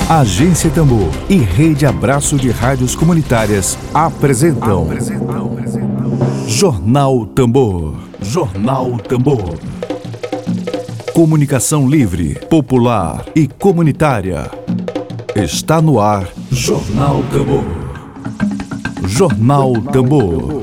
Agência Tambor e Rede Abraço de Rádios Comunitárias apresentam Jornal Tambor. Jornal Tambor. Comunicação livre, popular e comunitária. Está no ar Jornal Tambor. Jornal Tambor.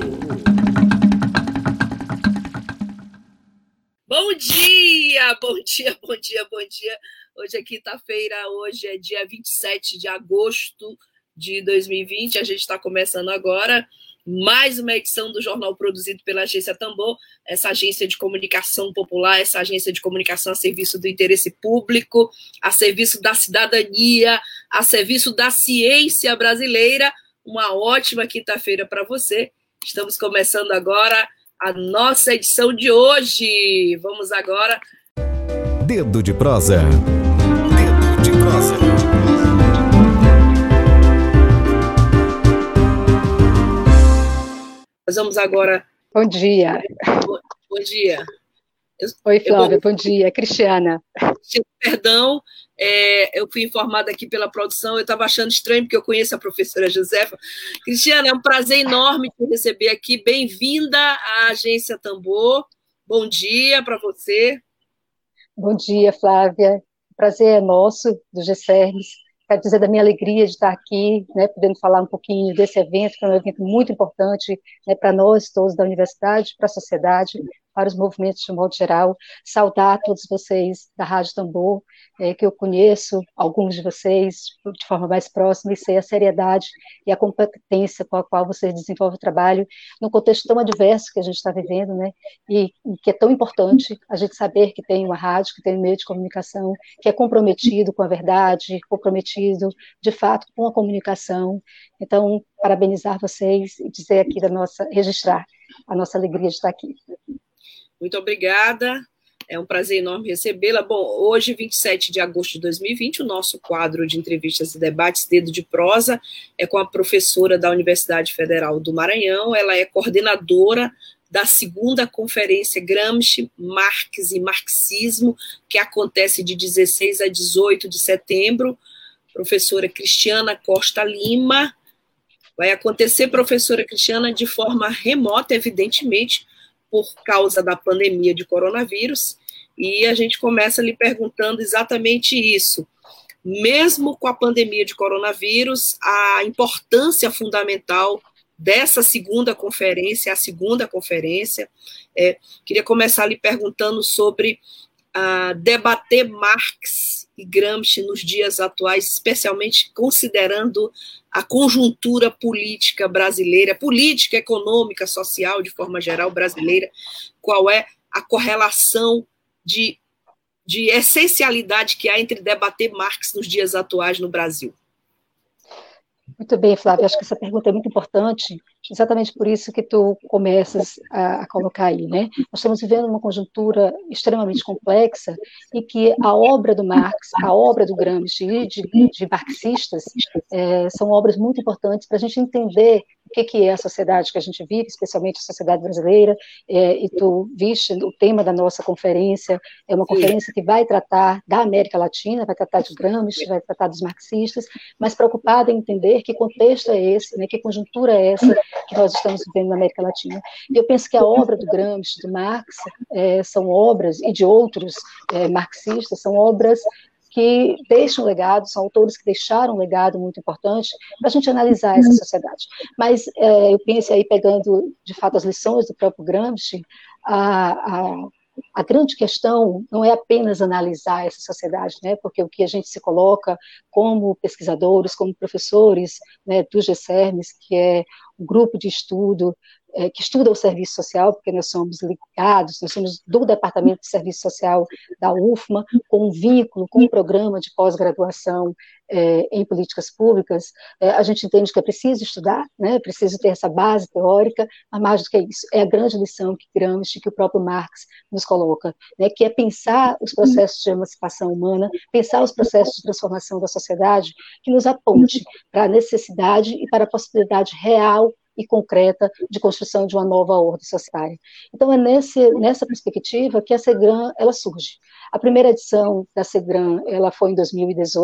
Bom dia, bom dia, bom dia, bom dia. Hoje é quinta-feira, hoje é dia 27 de agosto de 2020. A gente está começando agora mais uma edição do jornal produzido pela Agência Tambor, essa agência de comunicação popular, essa agência de comunicação a serviço do interesse público, a serviço da cidadania, a serviço da ciência brasileira. Uma ótima quinta-feira para você. Estamos começando agora a nossa edição de hoje. Vamos agora. Dedo de prosa. Dedo de prosa. Nós vamos agora. Bom dia. Bom dia. Oi, Flávia, bom dia. Cristiana. Perdão, eu fui informada aqui pela produção, eu estava achando estranho, porque eu conheço a professora Josefa. Cristiana, é um prazer enorme te receber aqui. Bem-vinda à Agência Tambor. Bom dia para você. Bom dia, Flávia. O prazer é nosso, do GCERMS. Quero dizer da minha alegria de estar aqui, né, podendo falar um pouquinho desse evento, que é um evento muito importante, né, para nós todos da universidade, para a sociedade, para os movimentos de modo geral. Saudar todos vocês da Rádio Tambor, que eu conheço, alguns de vocês de forma mais próxima, e sei a seriedade e a competência com a qual vocês desenvolvem o trabalho num contexto tão adverso que a gente está vivendo, né, e que é tão importante a gente saber que tem uma rádio, que tem um meio de comunicação, que é comprometido com a verdade, comprometido, de fato, com a comunicação. Então, parabenizar vocês e dizer aqui registrar a nossa alegria de estar aqui. Muito obrigada, é um prazer enorme recebê-la. Bom, hoje, 27 de agosto de 2020, o nosso quadro de entrevistas e debates, Dedo de Prosa, é com a professora da Universidade Federal do Maranhão. Ela é coordenadora da segunda conferência Gramsci, Marx e Marxismo, que acontece de 16 a 18 de setembro. Professora Cristiana Costa Lima. Vai acontecer, professora Cristiana, de forma remota, evidentemente, por causa da pandemia de coronavírus, e a gente começa lhe perguntando exatamente isso. Mesmo com a pandemia de coronavírus, a importância fundamental dessa segunda conferência, queria começar lhe perguntando sobre debater Marx e Gramsci nos dias atuais, especialmente considerando a conjuntura política brasileira, política, econômica, social, de forma geral, brasileira, qual é a correlação de essencialidade que há entre debater Marx nos dias atuais no Brasil? Muito bem, Flávia, acho que essa pergunta é muito importante, exatamente por isso que tu começas a colocar aí, né? Nós estamos vivendo uma conjuntura extremamente complexa e que a obra do Marx, a obra do Gramsci e de marxistas são obras muito importantes para a gente entender o que é a sociedade que a gente vive, especialmente a sociedade brasileira, e tu viste o tema da nossa conferência, é uma conferência que vai tratar da América Latina, vai tratar de Gramsci, vai tratar dos marxistas, mas preocupada em entender que contexto é esse, né, que conjuntura é essa que nós estamos vivendo na América Latina. E eu penso que a obra do Gramsci, do Marx, são obras, e de outros marxistas, são obras que deixam legado, são autores que deixaram um legado muito importante para a gente analisar essa sociedade. Mas eu penso aí, pegando, de fato, as lições do próprio Gramsci, a grande questão não é apenas analisar essa sociedade, né, porque o que a gente se coloca como pesquisadores, como professores, né, do GCERMS, que é um grupo de estudo que estuda o serviço social, porque nós somos ligados, nós somos do Departamento de Serviço Social da UFMA, com um vínculo, com um programa de pós-graduação em políticas públicas. A gente entende que é preciso estudar, né, é preciso ter essa base teórica, mas mais do que isso, é a grande lição que Gramsci, que o próprio Marx nos coloca, né, que é pensar os processos de emancipação humana, pensar os processos de transformação da sociedade, que nos aponte para a necessidade e para a possibilidade real e concreta de construção de uma nova ordem societária. Então, é nessa perspectiva que a SEGRAM ela surge. A primeira edição da SEGRAM ela foi em 2018,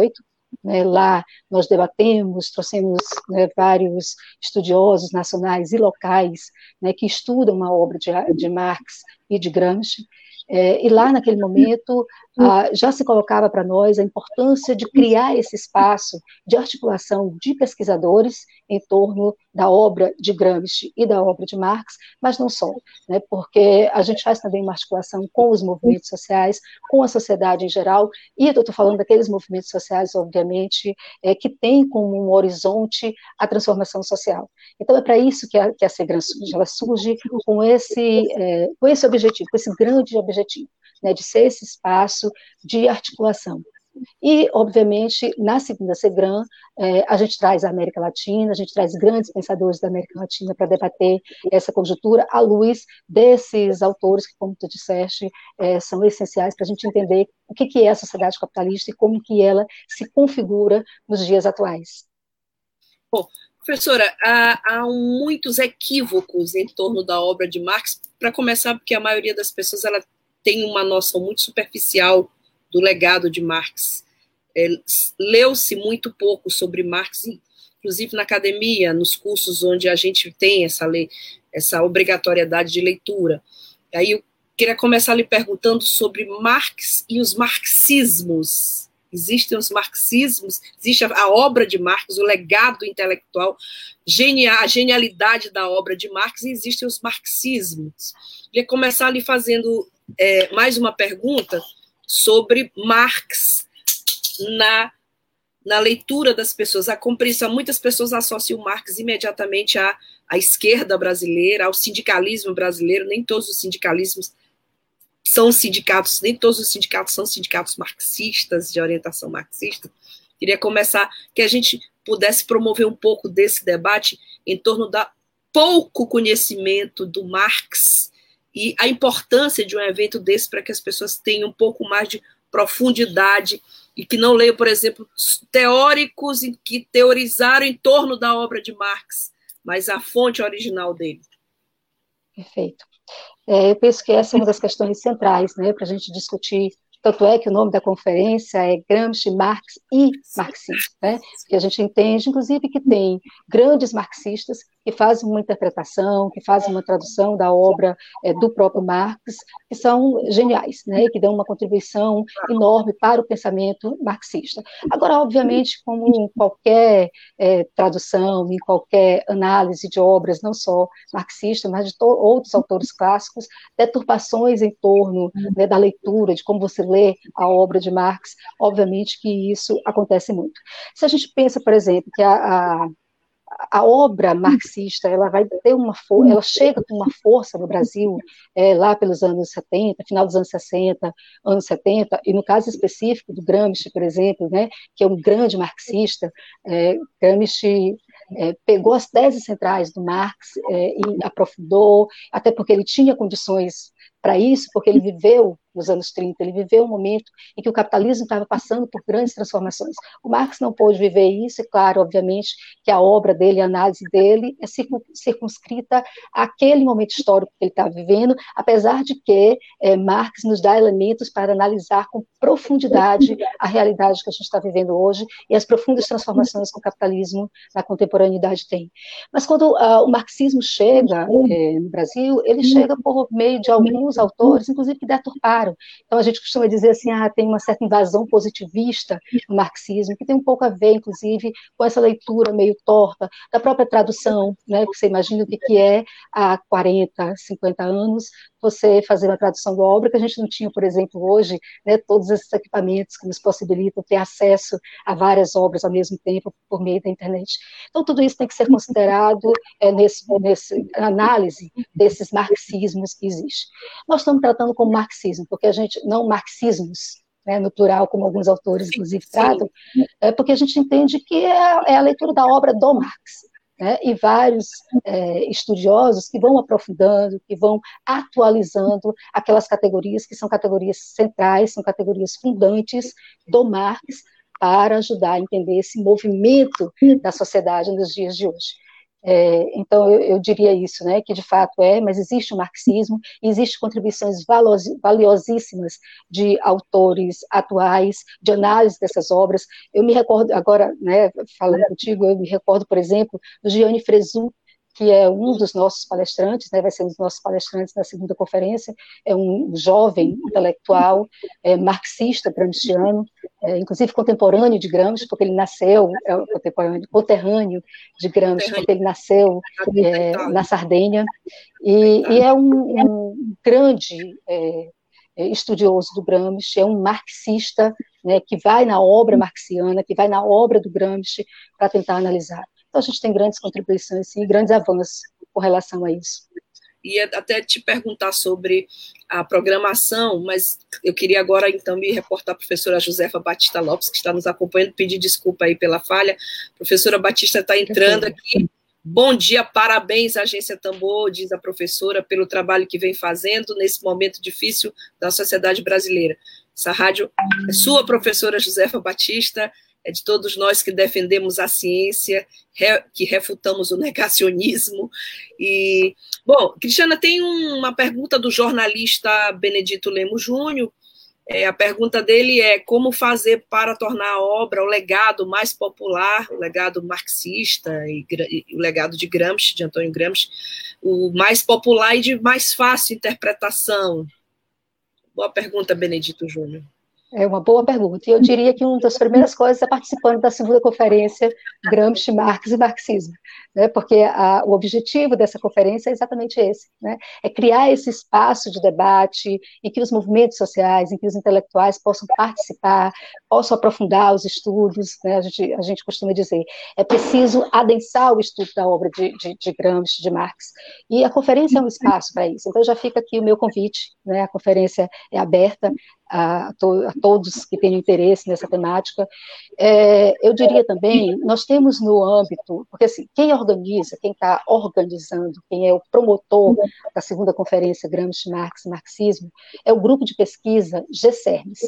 né? Lá nós debatemos, trouxemos, né, vários estudiosos nacionais e locais, né, que estudam a obra de Marx e de Gramsci, e lá naquele momento já se colocava para nós a importância de criar esse espaço de articulação de pesquisadores em torno da obra de Gramsci e da obra de Marx, mas não só, né, porque a gente faz também uma articulação com os movimentos sociais, com a sociedade em geral, e eu estou falando daqueles movimentos sociais, obviamente, que têm como um horizonte a transformação social. Então é para isso que a SEGRAM surge, ela surge com esse objetivo, com esse grande objetivo, né, de ser esse espaço de articulação. E, obviamente, na segunda SEGRAM, a gente traz a América Latina, a gente traz grandes pensadores da América Latina para debater essa conjuntura à luz desses autores que, como tu disseste, são essenciais para a gente entender o que é a sociedade capitalista e como que ela se configura nos dias atuais. Bom, professora, há muitos equívocos em torno da obra de Marx, para começar, porque a maioria das pessoas ela tem uma noção muito superficial do legado de Marx. Leu-se muito pouco sobre Marx, inclusive na academia, nos cursos onde a gente tem essa obrigatoriedade de leitura. Aí eu queria começar lhe perguntando sobre Marx e os marxismos. Existem os marxismos, existe a obra de Marx, o legado intelectual, a genialidade da obra de Marx, e existem os marxismos. Queria começar lhe fazendo mais uma pergunta sobre Marx na leitura das pessoas, a compreensão. Muitas pessoas associam Marx imediatamente à esquerda brasileira, ao sindicalismo brasileiro. Nem todos os sindicalismos são sindicatos, nem todos os sindicatos são sindicatos marxistas, de orientação marxista. Queria começar que a gente pudesse promover um pouco desse debate em torno da pouco conhecimento do Marx e a importância de um evento desse para que as pessoas tenham um pouco mais de profundidade e que não leiam, por exemplo, teóricos que teorizaram em torno da obra de Marx, mas a fonte original dele. Perfeito. Eu penso que essa é uma das questões centrais, né, para a gente discutir. Tanto é que o nome da conferência é Gramsci, Marx e Marxismo, né? Porque a gente entende, inclusive, que tem grandes marxistas que fazem uma interpretação, que fazem uma tradução da obra do próprio Marx, que são geniais, né? Que dão uma contribuição enorme para o pensamento marxista. Agora, obviamente, como em qualquer tradução, em qualquer análise de obras, não só marxista, mas de outros autores clássicos, deturpações em torno, né, da leitura, de como você lê a obra de Marx, obviamente que isso acontece muito. Se a gente pensa, por exemplo, que a obra marxista, ela vai ter ela chega com uma força no Brasil, lá pelos anos 70, final dos anos 60, anos 70, e no caso específico do Gramsci, por exemplo, né, que é um grande marxista, Gramsci pegou as teses centrais do Marx e aprofundou, até porque ele tinha condições para isso, porque ele viveu nos anos 30, ele viveu um momento em que o capitalismo estava passando por grandes transformações. O Marx não pôde viver isso, e claro, obviamente, que a obra dele, a análise dele é circunscrita àquele momento histórico que ele estava vivendo, apesar de que Marx nos dá elementos para analisar com profundidade a realidade que a gente está vivendo hoje e as profundas transformações que o capitalismo na contemporaneidade tem. Mas quando o marxismo chega no Brasil, ele chega por meio de alguns autores, inclusive que deturparam. Então, a gente costuma dizer assim, tem uma certa invasão positivista no marxismo, que tem um pouco a ver, inclusive, com essa leitura meio torta da própria tradução, né, que você imagina o que é há 40, 50 anos, você fazer uma tradução da obra, que a gente não tinha, por exemplo, hoje, né, todos esses equipamentos que nos possibilitam ter acesso a várias obras ao mesmo tempo por meio da internet. Então, tudo isso tem que ser considerado nessa análise desses marxismos que existem. Nós estamos tratando como marxismo, porque a gente, não marxismos, né, no plural, como alguns autores, inclusive, tratam, porque a gente entende que é a leitura da obra do Marx. Né, e vários estudiosos que vão aprofundando, que vão atualizando aquelas categorias que são categorias centrais, são categorias fundantes do Marx, para ajudar a entender esse movimento da sociedade nos dias de hoje. Então, eu diria isso, né, que de fato mas existe o marxismo, existem contribuições valiosíssimas de autores atuais, de análise dessas obras. Eu me recordo, agora, né, falando contigo, eu me recordo, por exemplo, do Gianni Fresu, que é um dos nossos palestrantes, né, vai ser um dos nossos palestrantes na segunda conferência, é um jovem intelectual, marxista, gramsciano, inclusive contemporâneo de Gramsci, porque ele nasceu, conterrâneo de Gramsci, porque ele nasceu na Sardenha, e é um grande estudioso do Gramsci, é um marxista, né, que vai na obra marxiana, que vai na obra do Gramsci para tentar analisar. Então, a gente tem grandes contribuições, sim, grandes avanços com relação a isso. Ia até te perguntar sobre a programação, mas eu queria agora, então, me reportar à professora Josefa Batista Lopes, que está nos acompanhando, pedir desculpa aí pela falha. A professora Batista está entrando aqui. Bom dia, parabéns, Agência Tambor, diz a professora, pelo trabalho que vem fazendo nesse momento difícil da sociedade brasileira. Essa rádio é sua, professora Josefa Batista, é de todos nós que defendemos a ciência, que refutamos o negacionismo. E, bom, Cristiana, tem uma pergunta do jornalista Benedito Lemos Júnior. A pergunta dele é como fazer para tornar a obra, o legado mais popular, o legado marxista e o legado de Gramsci, de Antônio Gramsci, o mais popular e de mais fácil interpretação. Boa pergunta, Benedito Júnior. É uma boa pergunta. E eu diria que uma das primeiras coisas é participando da segunda conferência Gramsci, Marx e Marxismo, né? Porque o objetivo dessa conferência é exatamente esse, né? É criar esse espaço de debate em que os movimentos sociais, em que os intelectuais possam participar, possam aprofundar os estudos, né? A gente costuma dizer, é preciso adensar o estudo da obra de Gramsci, de Marx. E a conferência é um espaço para isso. Então já fica aqui o meu convite, né? A conferência é aberta a todos que tenham interesse nessa temática. Eu diria também, nós temos no âmbito, porque assim, quem organiza, quem está organizando, quem é o promotor da segunda conferência Gramsci, Marx e Marxismo, é o grupo de pesquisa GSERMES,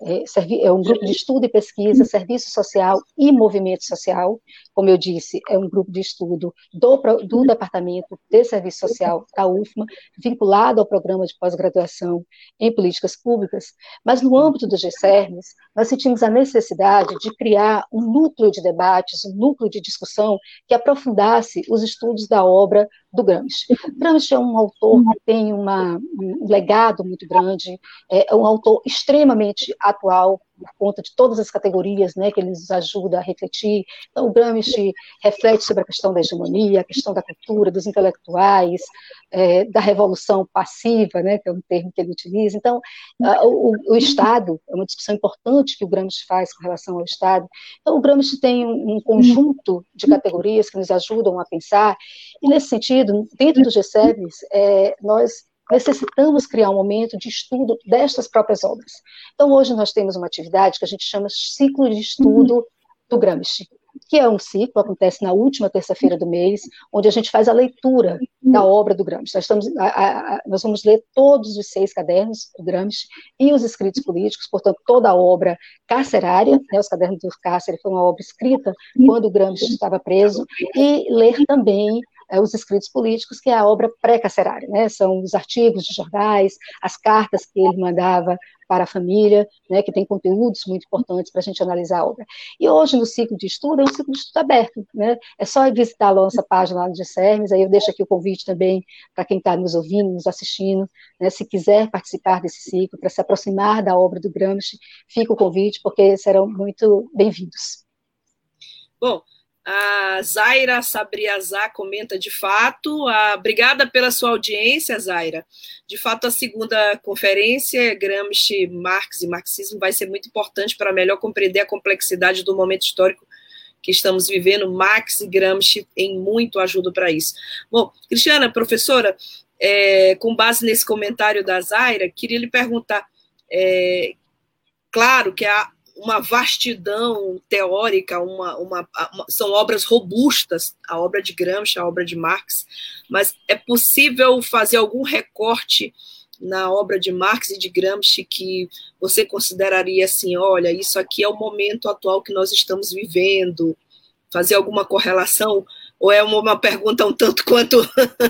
é um grupo de estudo e pesquisa, serviço social e movimento social, como eu disse, é um grupo de estudo do Departamento de Serviço Social da UFMA, vinculado ao programa de pós-graduação em políticas públicas, mas no âmbito do GSERMES, nós sentimos a necessidade de criar um núcleo de debates, um núcleo de discussão que aprofundasse os estudos da obra do Gramsci. Gramsci é um autor que tem um legado muito grande, é um autor extremamente atual, por conta de todas as categorias, né, que ele nos ajuda a refletir. Então, o Gramsci reflete sobre a questão da hegemonia, a questão da cultura, dos intelectuais, da revolução passiva, né, que é um termo que ele utiliza. Então, o Estado, é uma discussão importante que o Gramsci faz com relação ao Estado. Então, o Gramsci tem um conjunto de categorias que nos ajudam a pensar, e nesse sentido, dentro do GSERMES, nós necessitamos criar um momento de estudo destas próprias obras. Então, hoje nós temos uma atividade que a gente chama Ciclo de Estudo do Gramsci, que é um ciclo, acontece na última terça-feira do mês, onde a gente faz a leitura da obra do Gramsci. Nós vamos ler todos os 6 cadernos do Gramsci e os escritos políticos, portanto, toda a obra carcerária, né, os cadernos do cárcere foi uma obra escrita quando o Gramsci estava preso, e ler também os escritos políticos, que é a obra pré-carcerária, né? São os artigos de jornais, as cartas que ele mandava para a família, né, que tem conteúdos muito importantes para a gente analisar a obra. E hoje, no ciclo de estudo, é um ciclo de estudo aberto, né? É só visitar a nossa página lá no GSERMES, aí eu deixo aqui o convite também para quem está nos ouvindo, nos assistindo, né, se quiser participar desse ciclo, para se aproximar da obra do Gramsci, fica o convite, porque serão muito bem-vindos. Bom, a Zaira Sabriazá comenta, de fato, obrigada pela sua audiência, Zaira. De fato, a segunda conferência, Gramsci, Marx e Marxismo, vai ser muito importante para melhor compreender a complexidade do momento histórico que estamos vivendo. Marx e Gramsci em muito ajudam para isso. Bom, Cristiana, professora, com base nesse comentário da Zaira, queria lhe perguntar, claro que há uma vastidão teórica, são obras robustas, a obra de Gramsci, a obra de Marx, mas é possível fazer algum recorte na obra de Marx e de Gramsci que você consideraria assim, olha, isso aqui é o momento atual que nós estamos vivendo, fazer alguma correlação Ou é uma pergunta um tanto quanto...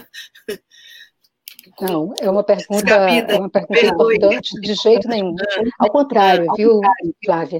Não, é uma pergunta importante, de jeito nenhum. Ao contrário, viu, Flávia?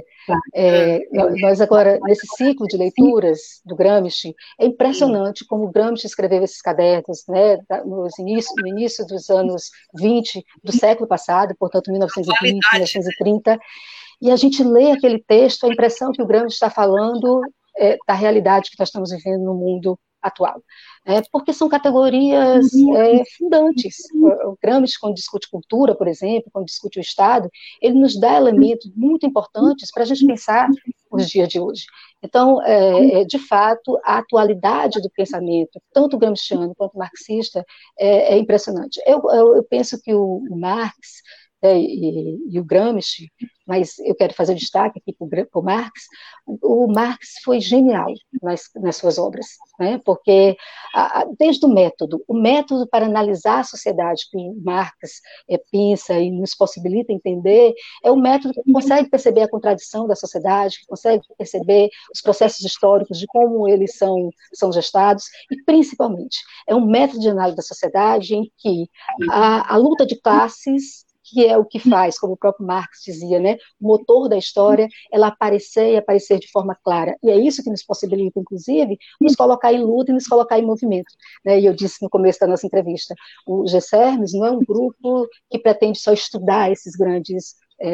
Nós agora, nesse ciclo de leituras do Gramsci, é impressionante como o Gramsci escreveu esses cadernos, né, no início dos anos 20 do século passado, portanto, 1920, 1930, e a gente lê aquele texto, a impressão que o Gramsci está falando da realidade que nós estamos vivendo no mundo atual, porque são categorias fundantes. O Gramsci, quando discute cultura, por exemplo, quando discute o Estado, ele nos dá elementos muito importantes para a gente pensar os dias de hoje. Então, de fato, a atualidade do pensamento, tanto gramsciano quanto marxista, é impressionante. Eu penso que o Marx e o Gramsci, mas eu quero fazer destaque aqui para o Marx. O Marx foi genial nas suas obras, né? Porque desde o método para analisar a sociedade que o Marx pensa e nos possibilita entender, é um método que consegue perceber a contradição da sociedade, que consegue perceber os processos históricos de como eles são gestados, e principalmente é um método de análise da sociedade em que a luta de classes, que é o que faz, como o próprio Marx dizia, né, o motor da história, ela aparecer e aparecer de forma clara. E é isso que nos possibilita, inclusive, nos colocar em luta e nos colocar em movimento. Né? E eu disse no começo da nossa entrevista, o GCERMES não é um grupo que pretende só estudar esses grandes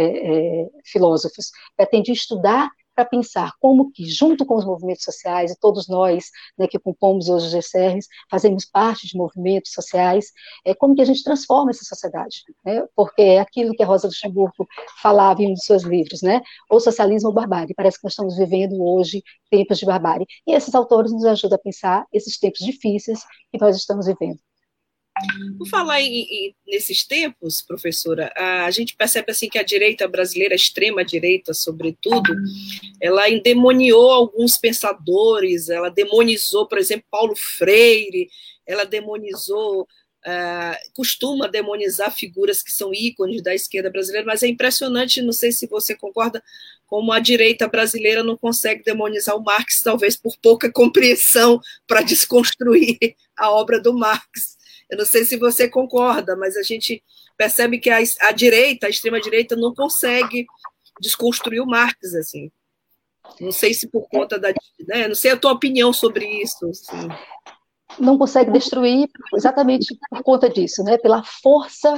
filósofos, pretende estudar para pensar como que, junto com os movimentos sociais, e todos nós, né, que compomos hoje os GCRs, fazemos parte de movimentos sociais, como que a gente transforma essa sociedade, né? Porque é aquilo que a Rosa Luxemburgo falava em um dos seus livros, né? Ou socialismo ou barbárie. Parece que nós estamos vivendo hoje tempos de barbárie. E esses autores nos ajudam a pensar esses tempos difíceis que nós estamos vivendo. Por falar nesses tempos, professora, a gente percebe assim que a direita brasileira, a extrema-direita, sobretudo, ela endemoniou alguns pensadores, ela demonizou, por exemplo, Paulo Freire, ela demonizou, costuma demonizar figuras que são ícones da esquerda brasileira, mas é impressionante, não sei se você concorda, como a direita brasileira não consegue demonizar o Marx, talvez por pouca compreensão para desconstruir a obra do Marx. Eu não sei se você concorda, mas a gente percebe que a direita, a extrema-direita, não consegue desconstruir o Marx, assim. Não sei se por conta da... Né? Não sei a tua opinião sobre isso. Assim. Não consegue destruir exatamente por conta disso, né? Pela força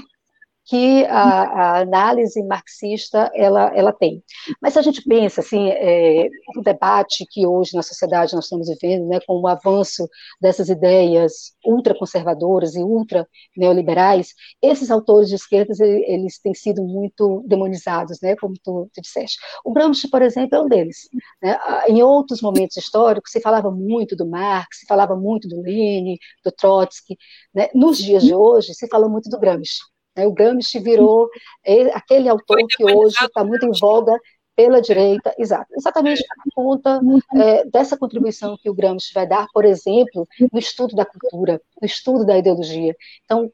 que a análise marxista ela tem. Mas se a gente pensa assim, o debate que hoje na sociedade nós estamos vivendo, né, com o avanço dessas ideias ultraconservadoras e ultra-neoliberais, esses autores de esquerda, eles têm sido muito demonizados, né, como tu disseste. O Gramsci, por exemplo, é um deles. Né? Em outros momentos históricos, se falava muito do Marx, se falava muito do Lenin, do Trotsky. Né? Nos dias de hoje, se fala muito do Gramsci. O Gramsci virou aquele autor que hoje está muito em voga pela direita, exatamente por conta dessa contribuição que o Gramsci vai dar, por exemplo, no estudo da cultura, no estudo da ideologia. Então,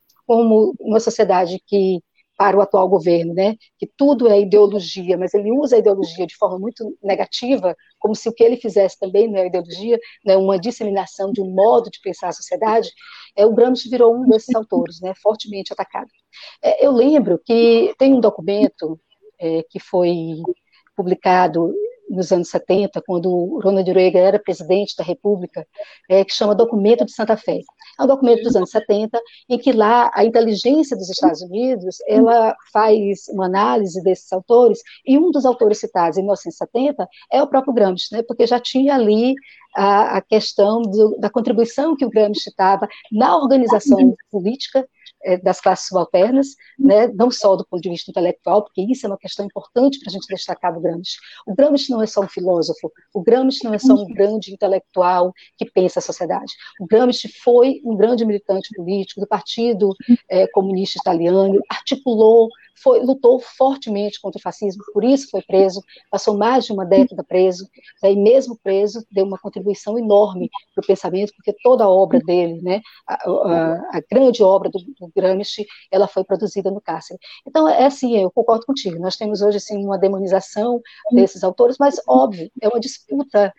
como uma sociedade que, para o atual governo, né, que tudo é ideologia, mas ele usa a ideologia de forma muito negativa, como se o que ele fizesse também não é ideologia, né, uma disseminação de um modo de pensar a sociedade, o Gramsci virou um desses autores, né, fortemente atacado. Eu lembro que tem um documento que foi publicado nos anos 70, quando o Ronald Reagan era presidente da República, que chama Documento de Santa Fé. É um documento dos anos 70, em que lá a inteligência dos Estados Unidos, ela faz uma análise desses autores, e um dos autores citados em 1970 é o próprio Gramsci, né, porque já tinha ali a questão da contribuição que o Gramsci estava na organização política das classes subalternas, né, não só do ponto de vista intelectual, porque isso é uma questão importante para a gente destacar do Gramsci. O Gramsci não é só um filósofo, o Gramsci não é só um grande intelectual que pensa a sociedade. O Gramsci foi um grande militante político do Partido Comunista Italiano, articulou lutou fortemente contra o fascismo, por isso foi preso, passou mais de uma década preso, e mesmo preso deu uma contribuição enorme para o pensamento, porque toda a obra dele, né, a grande obra do Gramsci, ela foi produzida no cárcere. Então, assim, eu concordo contigo, nós temos hoje assim, uma demonização desses autores, mas, óbvio, é uma disputa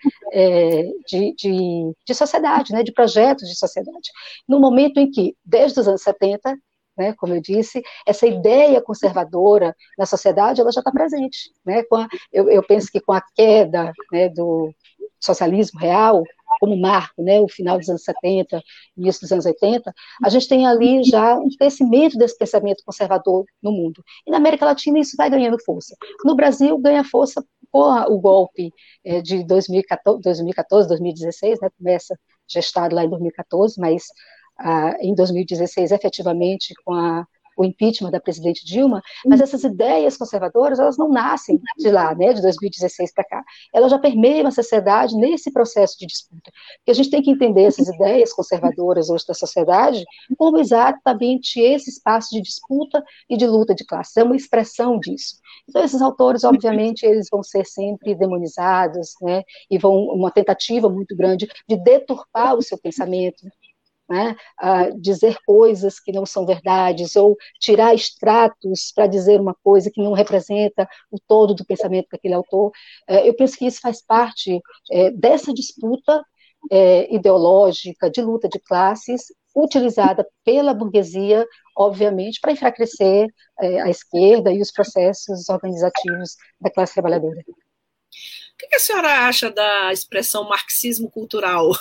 de sociedade, né, de projetos de sociedade. No momento em que, desde os anos 70, né, como eu disse, essa ideia conservadora na sociedade, ela já está presente. Né, eu penso que com a queda, né, do socialismo real, como marco, né, o final dos anos 70, início dos anos 80, a gente tem ali já um crescimento desse pensamento conservador no mundo. E na América Latina isso vai ganhando força. No Brasil ganha força com o golpe de 2014, 2016, né, começa gestado lá em 2014, mas em 2016, efetivamente, com o impeachment da presidente Dilma, mas essas ideias conservadoras, elas não nascem de lá, né, de 2016 para cá. Elas já permeiam a sociedade nesse processo de disputa. Porque a gente tem que entender essas ideias conservadoras hoje da sociedade como exatamente esse espaço de disputa e de luta de classes. É uma expressão disso. Então, esses autores, obviamente, eles vão ser sempre demonizados, né, e vão uma tentativa muito grande de deturpar o seu pensamento, né, dizer coisas que não são verdades, ou tirar extratos para dizer uma coisa que não representa o todo do pensamento daquele autor. Eu penso que isso faz parte dessa disputa ideológica, de luta de classes, utilizada pela burguesia, obviamente, para enfraquecer a esquerda e os processos organizativos da classe trabalhadora. O que a senhora acha da expressão marxismo cultural?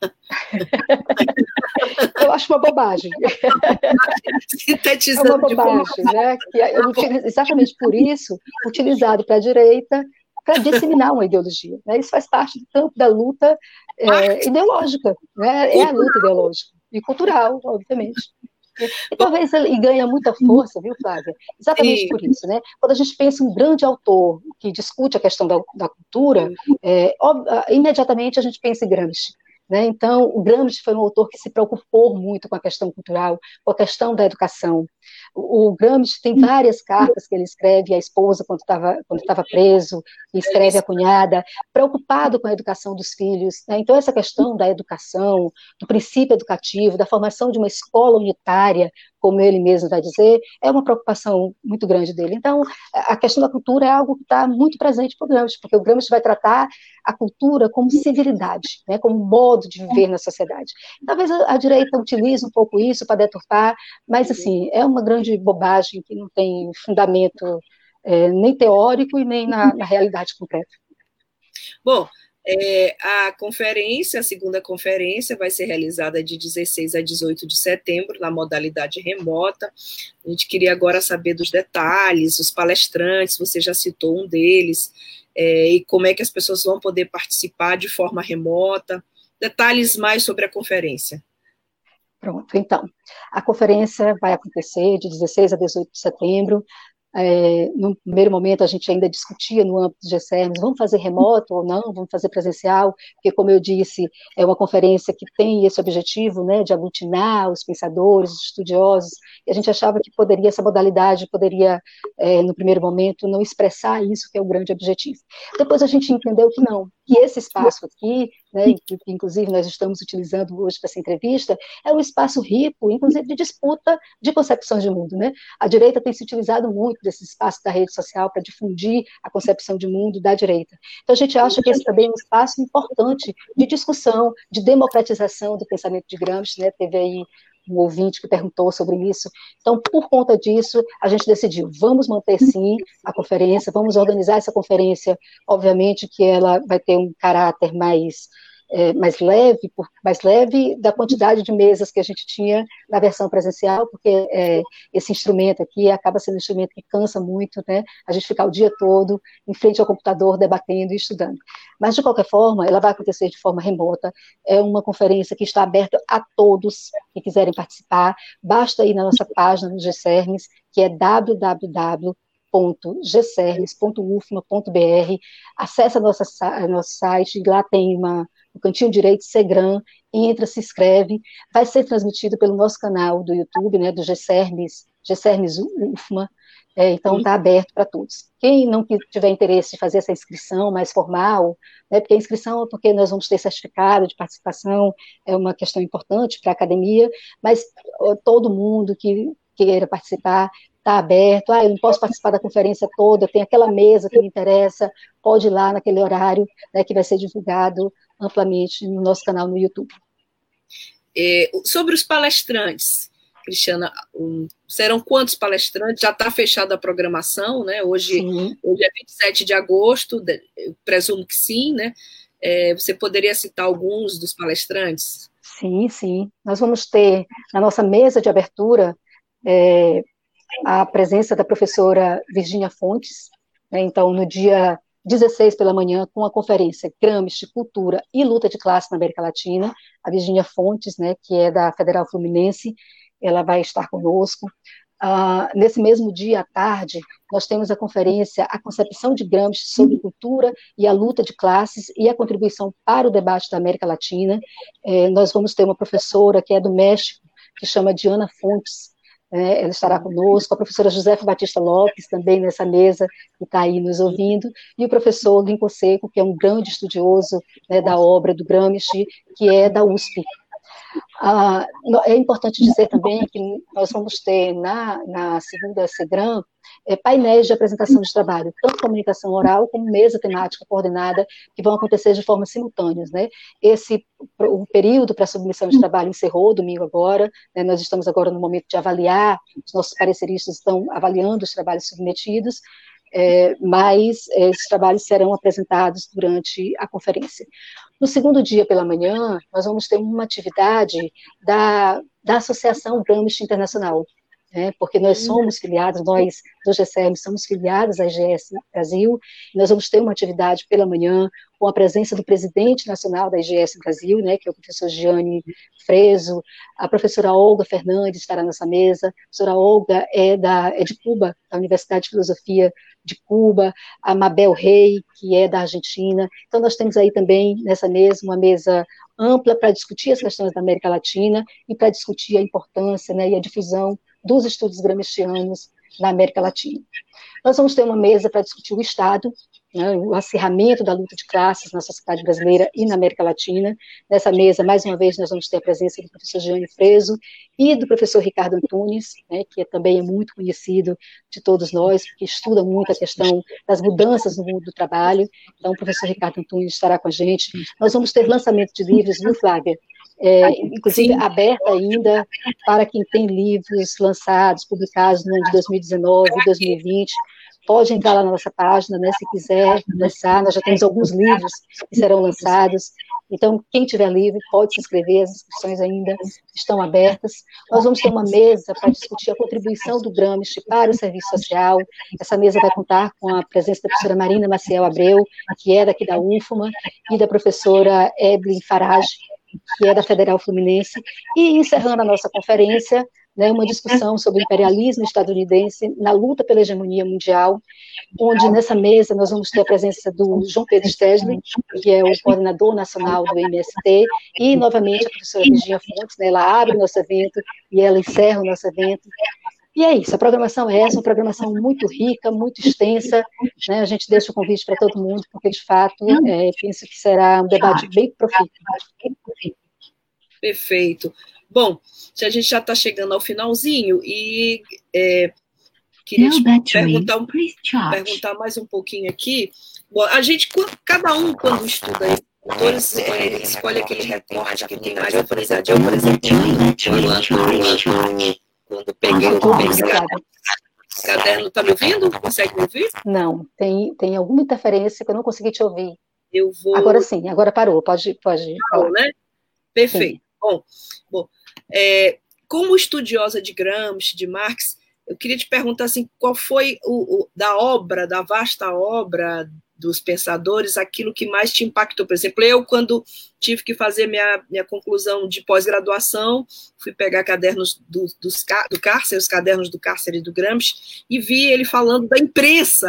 Eu acho uma bobagem. Sintetizando. É uma bobagem, né? Que exatamente por isso, utilizado para a direita, para disseminar uma ideologia. Né? Isso faz parte do campo da luta ideológica, né? É a luta ideológica e cultural, obviamente. E talvez ele ganha muita força, viu, Flávia? Exatamente por isso, né? Quando a gente pensa em um grande autor que discute a questão da cultura, imediatamente a gente pensa em Gramsci. Né? Então, o Gramsci foi um autor que se preocupou muito com a questão cultural, com a questão da educação. O Gramsci tem várias cartas que ele escreve à esposa quando estava preso, e escreve à cunhada, preocupado com a educação dos filhos. Né? Então, essa questão da educação, do princípio educativo, da formação de uma escola unitária, como ele mesmo vai dizer, é uma preocupação muito grande dele. Então, a questão da cultura é algo que está muito presente para o Gramsci, porque o Gramsci vai tratar a cultura como civilidade, né, como modo de viver na sociedade. Talvez a direita utilize um pouco isso para deturpar, mas, assim, é uma grande bobagem que não tem fundamento nem teórico e nem na realidade concreta. Bom, a segunda conferência, vai ser realizada de 16 a 18 de setembro, na modalidade remota. A gente queria agora saber dos detalhes, os palestrantes, você já citou um deles, e como é que as pessoas vão poder participar de forma remota. Detalhes mais sobre a conferência. Pronto, então, a conferência vai acontecer de 16 a 18 de setembro. No primeiro momento a gente ainda discutia no âmbito do GCERMES, vamos fazer remoto ou não, vamos fazer presencial, porque, como eu disse, é uma conferência que tem esse objetivo, né, de aglutinar os pensadores, os estudiosos, e a gente achava que essa modalidade poderia, no primeiro momento, não expressar isso que é o grande objetivo. Depois a gente entendeu que não, que esse espaço aqui, né, que inclusive nós estamos utilizando hoje para essa entrevista, é um espaço rico, inclusive de disputa de concepções de mundo, né? A direita tem se utilizado muito desse espaço da rede social para difundir a concepção de mundo da direita. Então a gente acha que esse também é um espaço importante de discussão, de democratização do pensamento de Gramsci, né? Teve aí um ouvinte que perguntou sobre isso. Então, por conta disso, a gente decidiu, vamos manter sim a conferência, vamos organizar essa conferência, obviamente que ela vai ter um caráter mais leve da quantidade de mesas que a gente tinha na versão presencial, porque esse instrumento aqui acaba sendo um instrumento que cansa muito, né? A gente ficar o dia todo em frente ao computador, debatendo e estudando. Mas, de qualquer forma, ela vai acontecer de forma remota, é uma conferência que está aberta a todos que quiserem participar, basta ir na nossa página no GCERMES, que é www.gcermes.ufma.br, acessa nosso site, lá tem no cantinho direito, Segram, entra, se inscreve, vai ser transmitido pelo nosso canal do YouTube, né, do GCERMES UFMA, Então está aberto para todos. Quem não tiver interesse de fazer essa inscrição mais formal, né, porque a inscrição é porque nós vamos ter certificado de participação, é uma questão importante para a academia, mas todo mundo que queira participar está aberto. Eu não posso participar da conferência toda, tem aquela mesa que me interessa, pode ir lá naquele horário, né, que vai ser divulgado amplamente no nosso canal no YouTube. Sobre os palestrantes, Cristiana, serão quantos palestrantes? Já está fechada a programação, né? Hoje é 27 de agosto, eu presumo que sim, né? Você poderia citar alguns dos palestrantes? Sim. Nós vamos ter, na nossa mesa de abertura, a presença da professora Virginia Fontes, né? Então, no dia 16 pela manhã, com a conferência Gramsci, Cultura e Luta de Classe na América Latina, a Virginia Fontes, né, que é da Federal Fluminense, ela vai estar conosco. Nesse mesmo dia, à tarde, nós temos a conferência A Concepção de Gramsci sobre Cultura e a Luta de Classes e a Contribuição para o Debate da América Latina. Nós vamos ter uma professora que é do México, que chama Diana Fontes, ela estará conosco, a professora Josefa Batista Lopes, também nessa mesa, que está aí nos ouvindo, e o professor Lincoln Seco, que é um grande estudioso, né, da obra do Gramsci, que é da USP. É importante dizer também que nós vamos ter na segunda CEGRAM painéis de apresentação de trabalho, tanto comunicação oral como mesa temática coordenada, que vão acontecer de forma simultâneas, né? O período para submissão de trabalho encerrou domingo agora, né? Nós estamos agora no momento de avaliar, os nossos pareceristas estão avaliando os trabalhos submetidos, mas esses trabalhos serão apresentados durante a conferência. No segundo dia pela manhã, nós vamos ter uma atividade da Associação Gramsci Internacional, porque nós somos filiados, nós do GCM somos filiados à IGS Brasil, e nós vamos ter uma atividade pela manhã com a presença do presidente nacional da IGS Brasil, né, que é o professor Gianni Freso, a professora Olga Fernandes estará nessa mesa, a professora Olga é de Cuba, da Universidade de Filosofia de Cuba, a Mabel Rey, que é da Argentina. Então nós temos aí também nessa mesa uma mesa ampla para discutir as questões da América Latina e para discutir a importância, né, e a difusão dos estudos gramscianos na América Latina. Nós vamos ter uma mesa para discutir o Estado, né, o acirramento da luta de classes na sociedade brasileira e na América Latina. Nessa mesa, mais uma vez, nós vamos ter a presença do professor Gianni Freso e do professor Ricardo Antunes, né, que também é muito conhecido de todos nós, que estuda muito a questão das mudanças no mundo do trabalho. Então, o professor Ricardo Antunes estará com a gente. Nós vamos ter lançamento de livros, viu, Flávia? Inclusive aberta ainda para quem tem livros lançados, publicados no ano de 2019 e 2020, pode entrar lá na nossa página, né, se quiser lançar, nós já temos alguns livros que serão lançados, então quem tiver livro pode se inscrever, as inscrições ainda estão abertas. Nós vamos ter uma mesa para discutir a contribuição do Gramsci para o serviço social. Essa mesa vai contar com a presença da professora Marina Maciel Abreu, que é daqui da UFMA, e da professora Evelyn Farage, que é da Federal Fluminense, e encerrando a nossa conferência, né, uma discussão sobre o imperialismo estadunidense na luta pela hegemonia mundial, onde nessa mesa nós vamos ter a presença do João Pedro Stesli, que é o coordenador nacional do MST, e novamente a professora Virginia Fontes, né, ela abre o nosso evento e ela encerra o nosso evento. E é isso, a programação é essa, uma programação muito rica, muito extensa, né, a gente deixa o convite para todo mundo, porque de fato penso que será um debate bem profícuo. Perfeito. Bom, a gente já está chegando ao finalzinho e queria te perguntar mais um pouquinho aqui. Bom, a gente, cada um, quando estuda autores, escolhe aquele recorte que tem mais afinidade. Eu, por exemplo, quando peguei o caderno, está me ouvindo? Consegue me ouvir? Não, tem alguma interferência que eu não consegui te ouvir. Eu vou... Agora sim, agora parou, pode falar. Né? Perfeito. Bom, como estudiosa de Gramsci, de Marx, eu queria te perguntar assim, qual foi da vasta obra dos pensadores, aquilo que mais te impactou? Por exemplo, eu, quando tive que fazer minha conclusão de pós-graduação, fui pegar cadernos do Cárcere, os cadernos do Cárcere e do Gramsci, e vi ele falando da imprensa,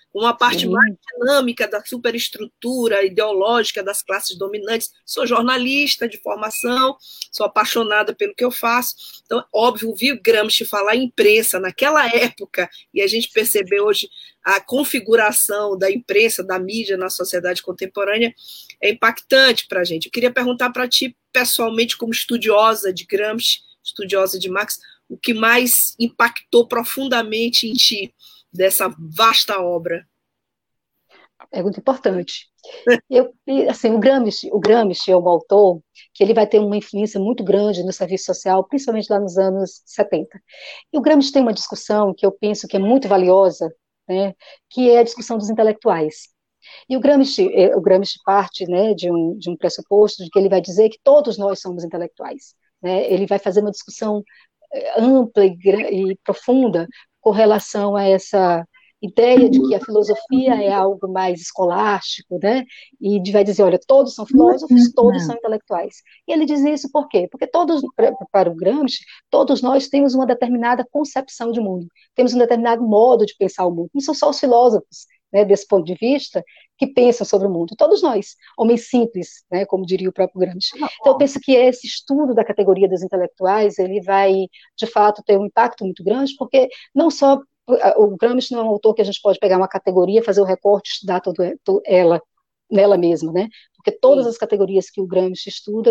uma parte mais dinâmica da superestrutura ideológica das classes dominantes. Sou jornalista de formação, sou apaixonada pelo que eu faço. Então, óbvio, vi o Gramsci falar em imprensa naquela época, e a gente percebeu hoje a configuração da imprensa, da mídia na sociedade contemporânea, é impactante para a gente. Eu queria perguntar para ti, pessoalmente, como estudiosa de Gramsci, estudiosa de Marx, o que mais impactou profundamente em ti dessa vasta obra? Pergunta importante. Assim, o Gramsci é um autor que ele vai ter uma influência muito grande no serviço social, principalmente lá nos anos 70. E o Gramsci tem uma discussão que eu penso que é muito valiosa, né, que é a discussão dos intelectuais. E o Gramsci parte, né, de um pressuposto de que ele vai dizer que todos nós somos intelectuais, né? Ele vai fazer uma discussão ampla e profunda com relação a essa ideia de que a filosofia é algo mais escolástico, né? E vai dizer, olha, todos são filósofos, todos são intelectuais. E ele diz isso por quê? Porque para o Gramsci, todos nós temos uma determinada concepção de mundo, temos um determinado modo de pensar o mundo. Não são só os filósofos, né, desse ponto de vista, que pensam sobre o mundo. Todos nós, homens simples, né, como diria o próprio Gramsci. Então, eu penso que esse estudo da categoria dos intelectuais, ele vai, de fato, ter um impacto muito grande, porque não só o Gramsci não é um autor que a gente pode pegar uma categoria, fazer o recorte, estudar ela nela mesma, né? Porque todas as categorias que o Gramsci estuda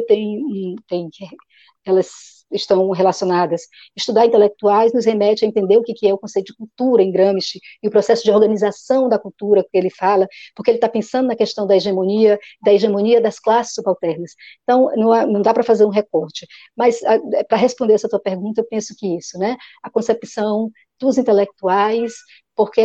elas estão relacionadas. Estudar intelectuais nos remete a entender o que é o conceito de cultura em Gramsci e o processo de organização da cultura que ele fala, porque ele está pensando na questão da hegemonia das classes subalternas. Então, não dá para fazer um recorte. Mas, para responder essa tua pergunta, eu penso que isso, né? A concepção dos intelectuais, porque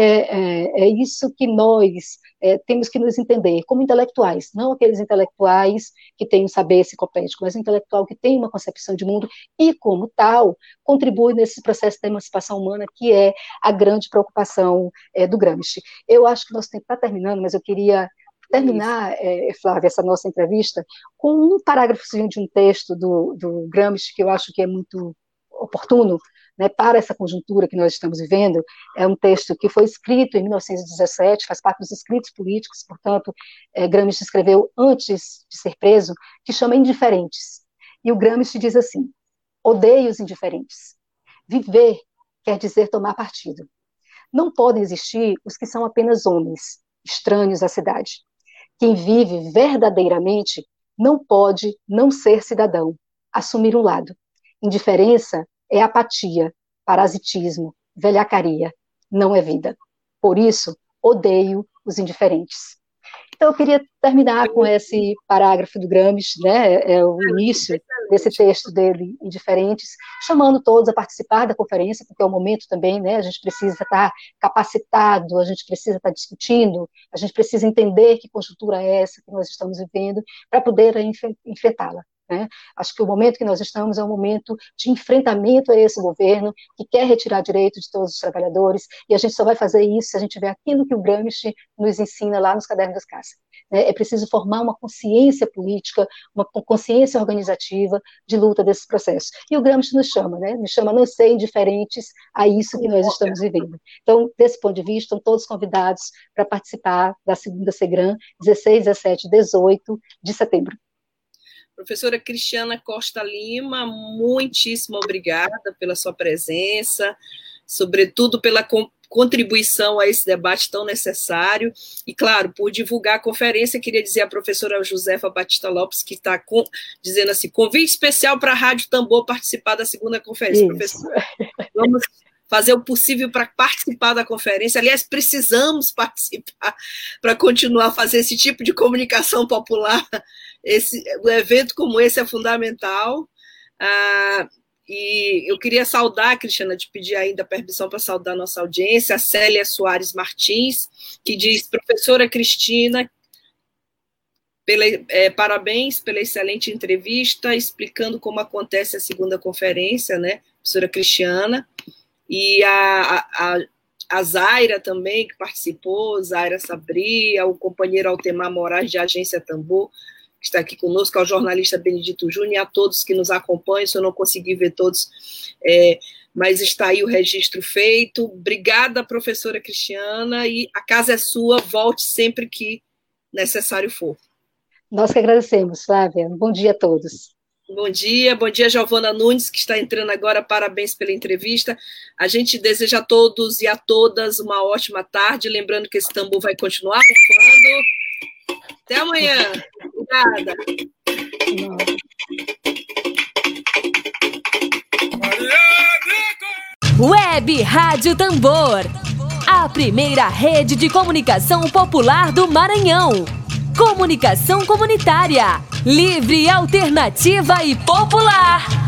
é isso que nós temos que nos entender como intelectuais, não aqueles intelectuais que têm um saber enciclopédico, mas um intelectual que tem uma concepção de mundo e, como tal, contribui nesse processo da emancipação humana, que é a grande preocupação do Gramsci. Eu acho que nosso tempo está terminando, mas eu queria terminar, Flávia, essa nossa entrevista com um parágrafozinho de um texto do Gramsci, que eu acho que é muito oportuno, né, para essa conjuntura que nós estamos vivendo. É um texto que foi escrito em 1917, faz parte dos escritos políticos, portanto, Gramsci escreveu antes de ser preso, que chama Indiferentes. E o Gramsci diz assim: odeio os indiferentes. Viver quer dizer tomar partido. Não podem existir os que são apenas homens, estranhos à cidade. Quem vive verdadeiramente não pode não ser cidadão, assumir um lado. Indiferença é apatia, parasitismo, velhacaria, não é vida. Por isso, odeio os indiferentes. Então, eu queria terminar com esse parágrafo do Gramsci, né, o início desse texto dele, Indiferentes, chamando todos a participar da conferência, porque é o momento também, né, a gente precisa estar capacitado, a gente precisa estar discutindo, a gente precisa entender que conjuntura é essa que nós estamos vivendo, para poder enfrentá-la. Né? Acho que o momento que nós estamos é um momento de enfrentamento a esse governo que quer retirar direitos de todos os trabalhadores, e a gente só vai fazer isso se a gente tiver aquilo que o Gramsci nos ensina lá nos Cadernos das Caças. É preciso formar uma consciência política, uma consciência organizativa de luta desses processos. E o Gramsci nos chama a não ser indiferentes a isso que nós estamos vivendo. Então, desse ponto de vista, estão todos convidados para participar da segunda SEGRAM, 16, 17 e 18 de setembro. Professora Cristiana Costa Lima, muitíssimo obrigada pela sua presença, sobretudo pela contribuição a esse debate tão necessário, e, claro, por divulgar a conferência. Queria dizer à professora Josefa Batista Lopes, que está dizendo assim, convite especial para a Rádio Tambor participar da segunda conferência. Professora, vamos fazer o possível para participar da conferência. Aliás, precisamos participar para continuar a fazer esse tipo de comunicação popular. Um evento como esse é fundamental. E eu queria saudar, Cristiana, te pedir ainda permissão para saudar a nossa audiência, a Célia Soares Martins, que diz: professora Cristina, parabéns pela excelente entrevista, explicando como acontece a segunda conferência, né, professora Cristiana. E a Zaira também, que participou, Zaira Sabria, o companheiro Altemar Moraes, de Agência Tambor, que está aqui conosco, ao jornalista Benedito Júnior, e a todos que nos acompanham. Se eu não conseguir ver todos, mas está aí o registro feito. Obrigada, professora Cristiana, e a casa é sua, volte sempre que necessário for. Nós que agradecemos, Flávia. Um bom dia a todos. Bom dia, Giovana Nunes, que está entrando agora, parabéns pela entrevista. A gente deseja a todos e a todas uma ótima tarde, lembrando que esse tambor vai continuar bufando. Até amanhã. Obrigada. Web Rádio Tambor, a primeira rede de comunicação popular do Maranhão. Comunicação comunitária, livre, alternativa e popular.